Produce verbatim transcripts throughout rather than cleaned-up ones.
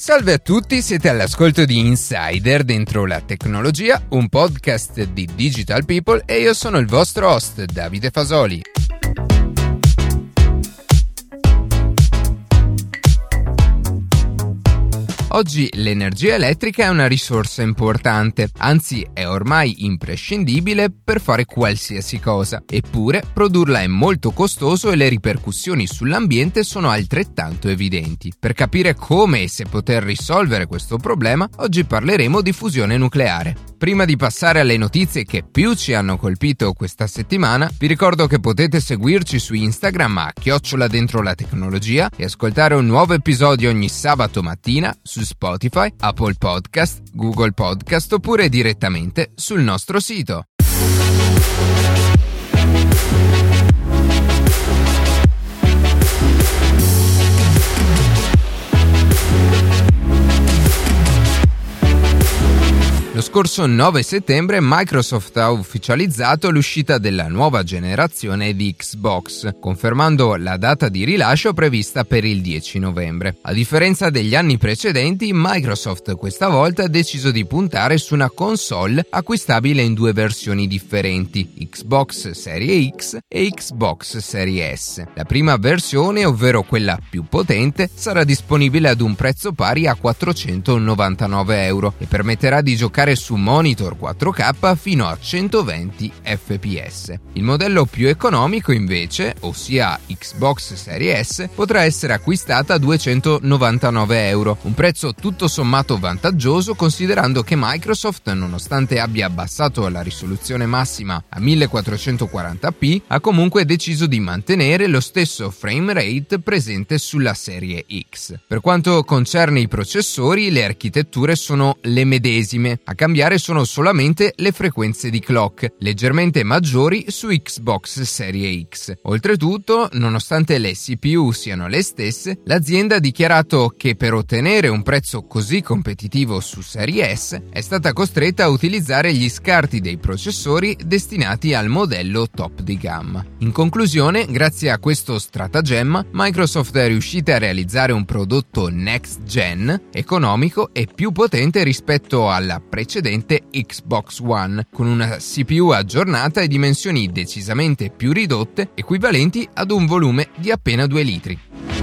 Salve a tutti, siete all'ascolto di Insider dentro la tecnologia, un podcast di Digital People e io sono il vostro host Davide Fasoli. Oggi l'energia elettrica è una risorsa importante, anzi è ormai imprescindibile per fare qualsiasi cosa. Eppure produrla è molto costoso e le ripercussioni sull'ambiente sono altrettanto evidenti. Per capire come e se poter risolvere questo problema, oggi parleremo di fusione nucleare. Prima di passare alle notizie che più ci hanno colpito questa settimana, vi ricordo che potete seguirci su Instagram a chiocciola dentro la tecnologia e ascoltare un nuovo episodio ogni sabato mattina su Spotify, Apple Podcast, Google Podcast oppure direttamente sul nostro sito. Lo scorso nove settembre Microsoft ha ufficializzato l'uscita della nuova generazione di Xbox, confermando la data di rilascio prevista per il dieci novembre. A differenza degli anni precedenti, Microsoft questa volta ha deciso di puntare su una console acquistabile in due versioni differenti, Xbox Serie X e Xbox Serie S. La prima versione, ovvero quella più potente, sarà disponibile ad un prezzo pari a quattrocentonovantanove euro e permetterà di giocare su monitor quattro K fino a centoventi F P S. Il modello più economico invece, ossia Xbox Serie S, potrà essere acquistata a duecentonovantanove euro, un prezzo tutto sommato vantaggioso considerando che Microsoft, nonostante abbia abbassato la risoluzione massima a millequattrocentoquaranta p, ha comunque deciso di mantenere lo stesso frame rate presente sulla serie X. Per quanto concerne i processori, le architetture sono le medesime. A cambiare sono solamente le frequenze di clock, leggermente maggiori su Xbox Serie X. Oltretutto, nonostante le C P U siano le stesse, l'azienda ha dichiarato che per ottenere un prezzo così competitivo su Serie S è stata costretta a utilizzare gli scarti dei processori destinati al modello top di gamma. In conclusione, grazie a questo stratagemma, Microsoft è riuscita a realizzare un prodotto next gen, economico e più potente rispetto alla precedente Xbox One, con una C P U aggiornata e dimensioni decisamente più ridotte, equivalenti ad un volume di appena due litri.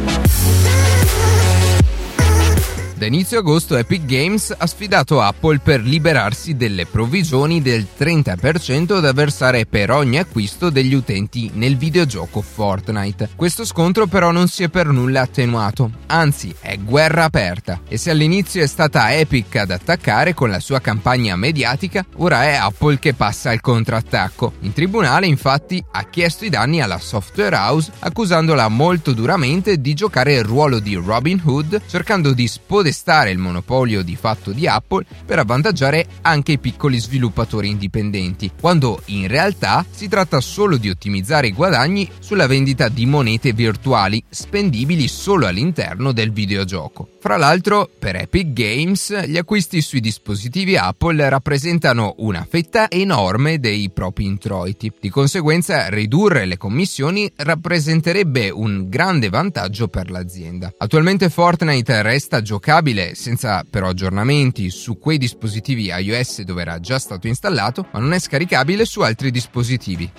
Da inizio agosto Epic Games ha sfidato Apple per liberarsi delle provvigioni del trenta per cento da versare per ogni acquisto degli utenti nel videogioco Fortnite. Questo scontro però non si è per nulla attenuato, anzi è guerra aperta, e se all'inizio è stata Epic ad attaccare con la sua campagna mediatica, ora è Apple che passa al contrattacco. In tribunale infatti ha chiesto i danni alla software house, accusandola molto duramente di giocare il ruolo di Robin Hood, cercando di spodestare il monopolio di fatto di Apple per avvantaggiare anche i piccoli sviluppatori indipendenti, quando in realtà si tratta solo di ottimizzare i guadagni sulla vendita di monete virtuali spendibili solo all'interno del videogioco. Fra l'altro, per Epic Games, gli acquisti sui dispositivi Apple rappresentano una fetta enorme dei propri introiti. Di conseguenza, ridurre le commissioni rappresenterebbe un grande vantaggio per l'azienda. Attualmente Fortnite resta giocabile senza però aggiornamenti su quei dispositivi iOS dove era già stato installato, ma non è scaricabile su altri dispositivi.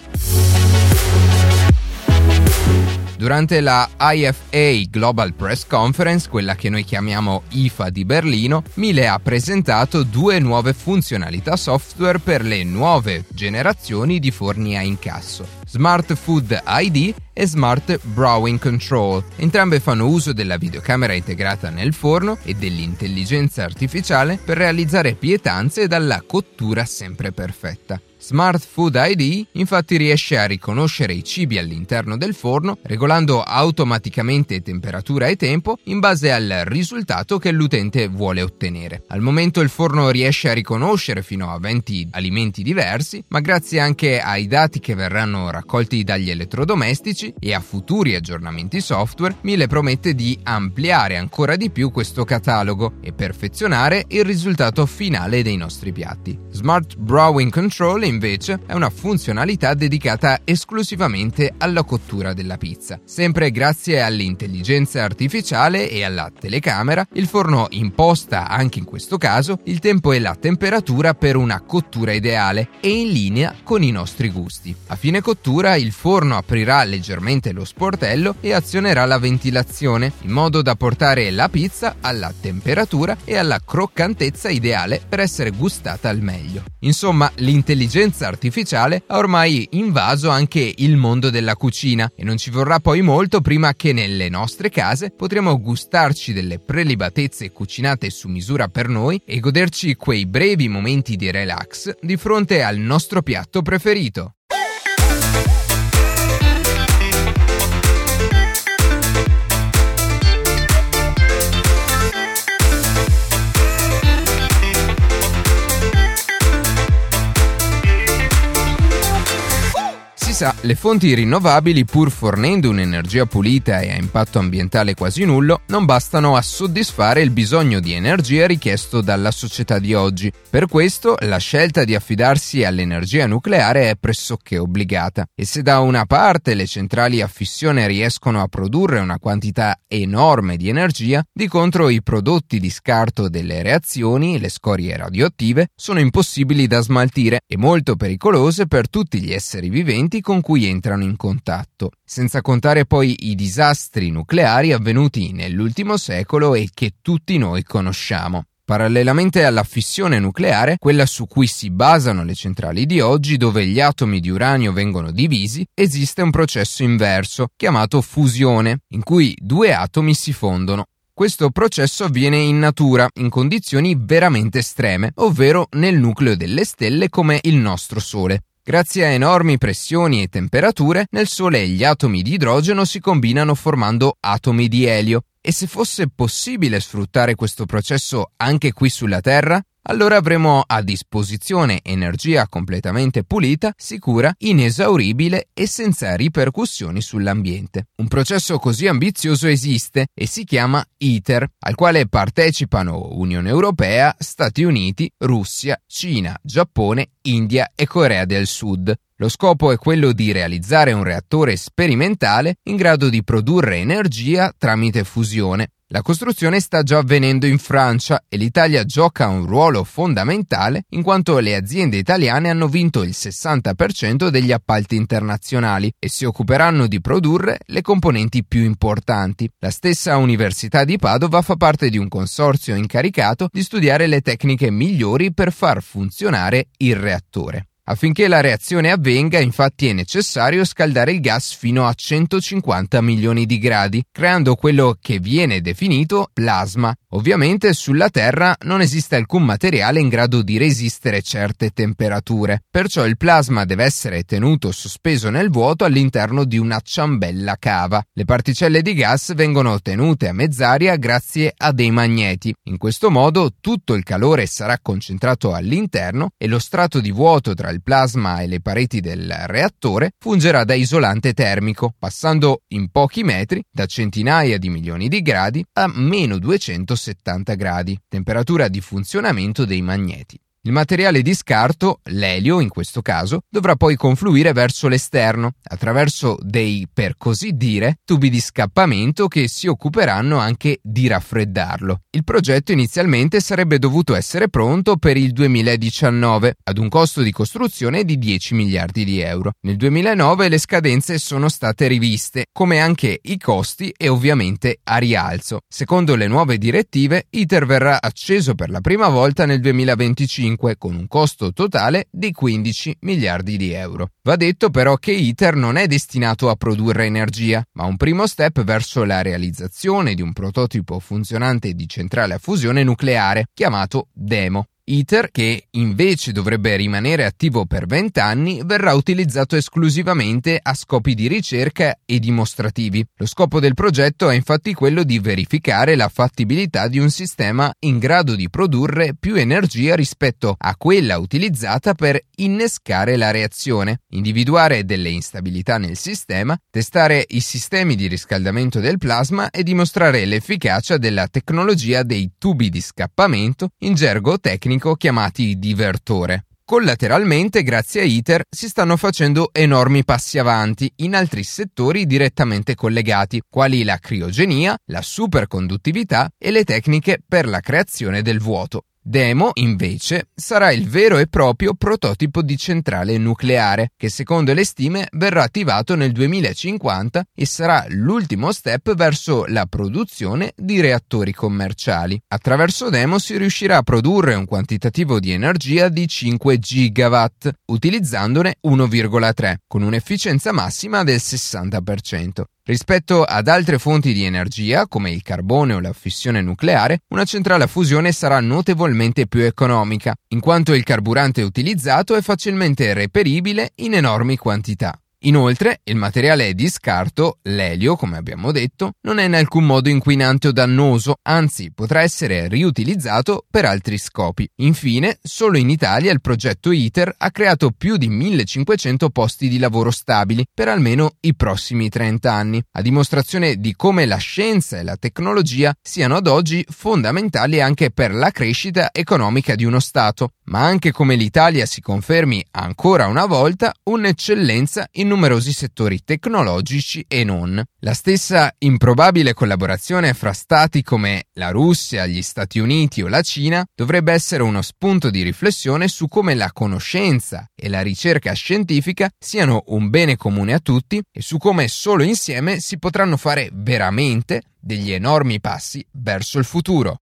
Durante la I F A Global Press Conference, quella che noi chiamiamo I F A di Berlino, Miele ha presentato due nuove funzionalità software per le nuove generazioni di forni a incasso: Smart Food I D e Smart Brewing Control. Entrambe fanno uso della videocamera integrata nel forno e dell'intelligenza artificiale per realizzare pietanze dalla cottura sempre perfetta. Smart Food I D infatti riesce a riconoscere i cibi all'interno del forno, regolando automaticamente temperatura e tempo in base al risultato che l'utente vuole ottenere. Al momento il forno riesce a riconoscere fino a venti alimenti diversi, ma grazie anche ai dati che verranno raccolti dagli elettrodomestici e a futuri aggiornamenti software, Miele promette di ampliare ancora di più questo catalogo e perfezionare il risultato finale dei nostri piatti. Smart Brewing Control invece è una funzionalità dedicata esclusivamente alla cottura della pizza. Sempre grazie all'intelligenza artificiale e alla telecamera, il forno imposta anche in questo caso il tempo e la temperatura per una cottura ideale e in linea con i nostri gusti. A fine cottura il forno aprirà leggermente lo sportello e azionerà la ventilazione in modo da portare la pizza alla temperatura e alla croccantezza ideale per essere gustata al meglio. Insomma, l'intelligenza artificiale ha ormai invaso anche il mondo della cucina e non ci vorrà poi molto prima che nelle nostre case potremo gustarci delle prelibatezze cucinate su misura per noi e goderci quei brevi momenti di relax di fronte al nostro piatto preferito. Sa, le fonti rinnovabili, pur fornendo un'energia pulita e a impatto ambientale quasi nullo, non bastano a soddisfare il bisogno di energia richiesto dalla società di oggi. Per questo la scelta di affidarsi all'energia nucleare è pressoché obbligata. E se da una parte le centrali a fissione riescono a produrre una quantità enorme di energia, di contro i prodotti di scarto delle reazioni, le scorie radioattive, sono impossibili da smaltire e molto pericolose per tutti gli esseri viventi con cui entrano in contatto, senza contare poi i disastri nucleari avvenuti nell'ultimo secolo e che tutti noi conosciamo. Parallelamente alla fissione nucleare, quella su cui si basano le centrali di oggi, dove gli atomi di uranio vengono divisi, esiste un processo inverso, chiamato fusione, in cui due atomi si fondono. Questo processo avviene in natura, in condizioni veramente estreme, ovvero nel nucleo delle stelle come il nostro Sole. Grazie a enormi pressioni e temperature, nel Sole gli atomi di idrogeno si combinano formando atomi di elio. E se fosse possibile sfruttare questo processo anche qui sulla Terra, allora avremo a disposizione energia completamente pulita, sicura, inesauribile e senza ripercussioni sull'ambiente. Un processo così ambizioso esiste e si chiama ITER, al quale partecipano Unione Europea, Stati Uniti, Russia, Cina, Giappone, India e Corea del Sud. Lo scopo è quello di realizzare un reattore sperimentale in grado di produrre energia tramite fusione. La costruzione sta già avvenendo in Francia e l'Italia gioca un ruolo fondamentale in quanto le aziende italiane hanno vinto il sessanta per cento degli appalti internazionali e si occuperanno di produrre le componenti più importanti. La stessa Università di Padova fa parte di un consorzio incaricato di studiare le tecniche migliori per far funzionare il reattore. Affinché la reazione avvenga, infatti, è necessario scaldare il gas fino a centocinquanta milioni di gradi, creando quello che viene definito plasma. Ovviamente sulla Terra non esiste alcun materiale in grado di resistere certe temperature, perciò il plasma deve essere tenuto sospeso nel vuoto all'interno di una ciambella cava. Le particelle di gas vengono tenute a mezz'aria grazie a dei magneti. In questo modo tutto il calore sarà concentrato all'interno e lo strato di vuoto tra il plasma e le pareti del reattore fungerà da isolante termico, passando in pochi metri da centinaia di milioni di gradi a meno duecentosettanta gradi, temperatura di funzionamento dei magneti. Il materiale di scarto, l'elio in questo caso, dovrà poi confluire verso l'esterno, attraverso dei, per così dire, tubi di scappamento che si occuperanno anche di raffreddarlo. Il progetto inizialmente sarebbe dovuto essere pronto per il duemiladiciannove, ad un costo di costruzione di dieci miliardi di euro. Nel duemilanove le scadenze sono state riviste, come anche i costi e ovviamente a rialzo. Secondo le nuove direttive, ITER verrà acceso per la prima volta nel duemilaventicinque, con un costo totale di quindici miliardi di euro. Va detto però che ITER non è destinato a produrre energia, ma un primo step verso la realizzazione di un prototipo funzionante di centrale a fusione nucleare, chiamato DEMO. ITER, che invece dovrebbe rimanere attivo per venti anni, verrà utilizzato esclusivamente a scopi di ricerca e dimostrativi. Lo scopo del progetto è infatti quello di verificare la fattibilità di un sistema in grado di produrre più energia rispetto a quella utilizzata per innescare la reazione, individuare delle instabilità nel sistema, testare i sistemi di riscaldamento del plasma e dimostrare l'efficacia della tecnologia dei tubi di scappamento, in gergo tecnico chiamati divertore. Collateralmente, grazie a ITER, si stanno facendo enormi passi avanti in altri settori direttamente collegati, quali la criogenia, la superconduttività e le tecniche per la creazione del vuoto. DEMO, invece, sarà il vero e proprio prototipo di centrale nucleare, che secondo le stime verrà attivato nel duemilacinquanta e sarà l'ultimo step verso la produzione di reattori commerciali. Attraverso DEMO si riuscirà a produrre un quantitativo di energia di cinque gigawatt, utilizzandone uno virgola tre, con un'efficienza massima del sessanta per cento. Rispetto ad altre fonti di energia, come il carbone o la fissione nucleare, una centrale a fusione sarà notevolmente più economica, in quanto il carburante utilizzato è facilmente reperibile in enormi quantità. Inoltre, il materiale di scarto, l'elio, come abbiamo detto, non è in alcun modo inquinante o dannoso, anzi potrà essere riutilizzato per altri scopi. Infine, solo in Italia il progetto ITER ha creato più di millecinquecento posti di lavoro stabili per almeno i prossimi trenta anni, a dimostrazione di come la scienza e la tecnologia siano ad oggi fondamentali anche per la crescita economica di uno Stato, ma anche come l'Italia si confermi ancora una volta un'eccellenza in numerosi settori tecnologici e non. La stessa improbabile collaborazione fra stati come la Russia, gli Stati Uniti o la Cina dovrebbe essere uno spunto di riflessione su come la conoscenza e la ricerca scientifica siano un bene comune a tutti e su come solo insieme si potranno fare veramente degli enormi passi verso il futuro.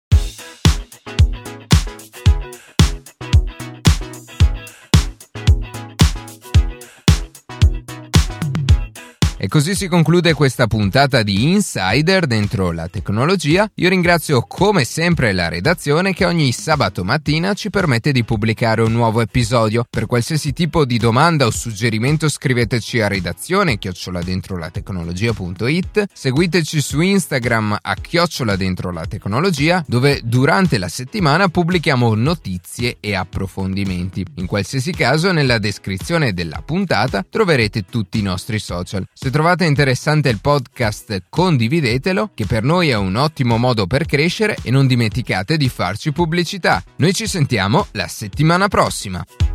E così si conclude questa puntata di Insider dentro la tecnologia. Io ringrazio come sempre la redazione che ogni sabato mattina ci permette di pubblicare un nuovo episodio. Per qualsiasi tipo di domanda o suggerimento scriveteci a redazione chiocciola dentro la tecnologia punto it, seguiteci su Instagram a chiocciola dentro la tecnologia, dove durante la settimana pubblichiamo notizie e approfondimenti. In qualsiasi caso, nella descrizione della puntata troverete tutti i nostri social. Se trovate interessante il podcast, condividetelo, che per noi è un ottimo modo per crescere, e non dimenticate di farci pubblicità. Noi ci sentiamo la settimana prossima.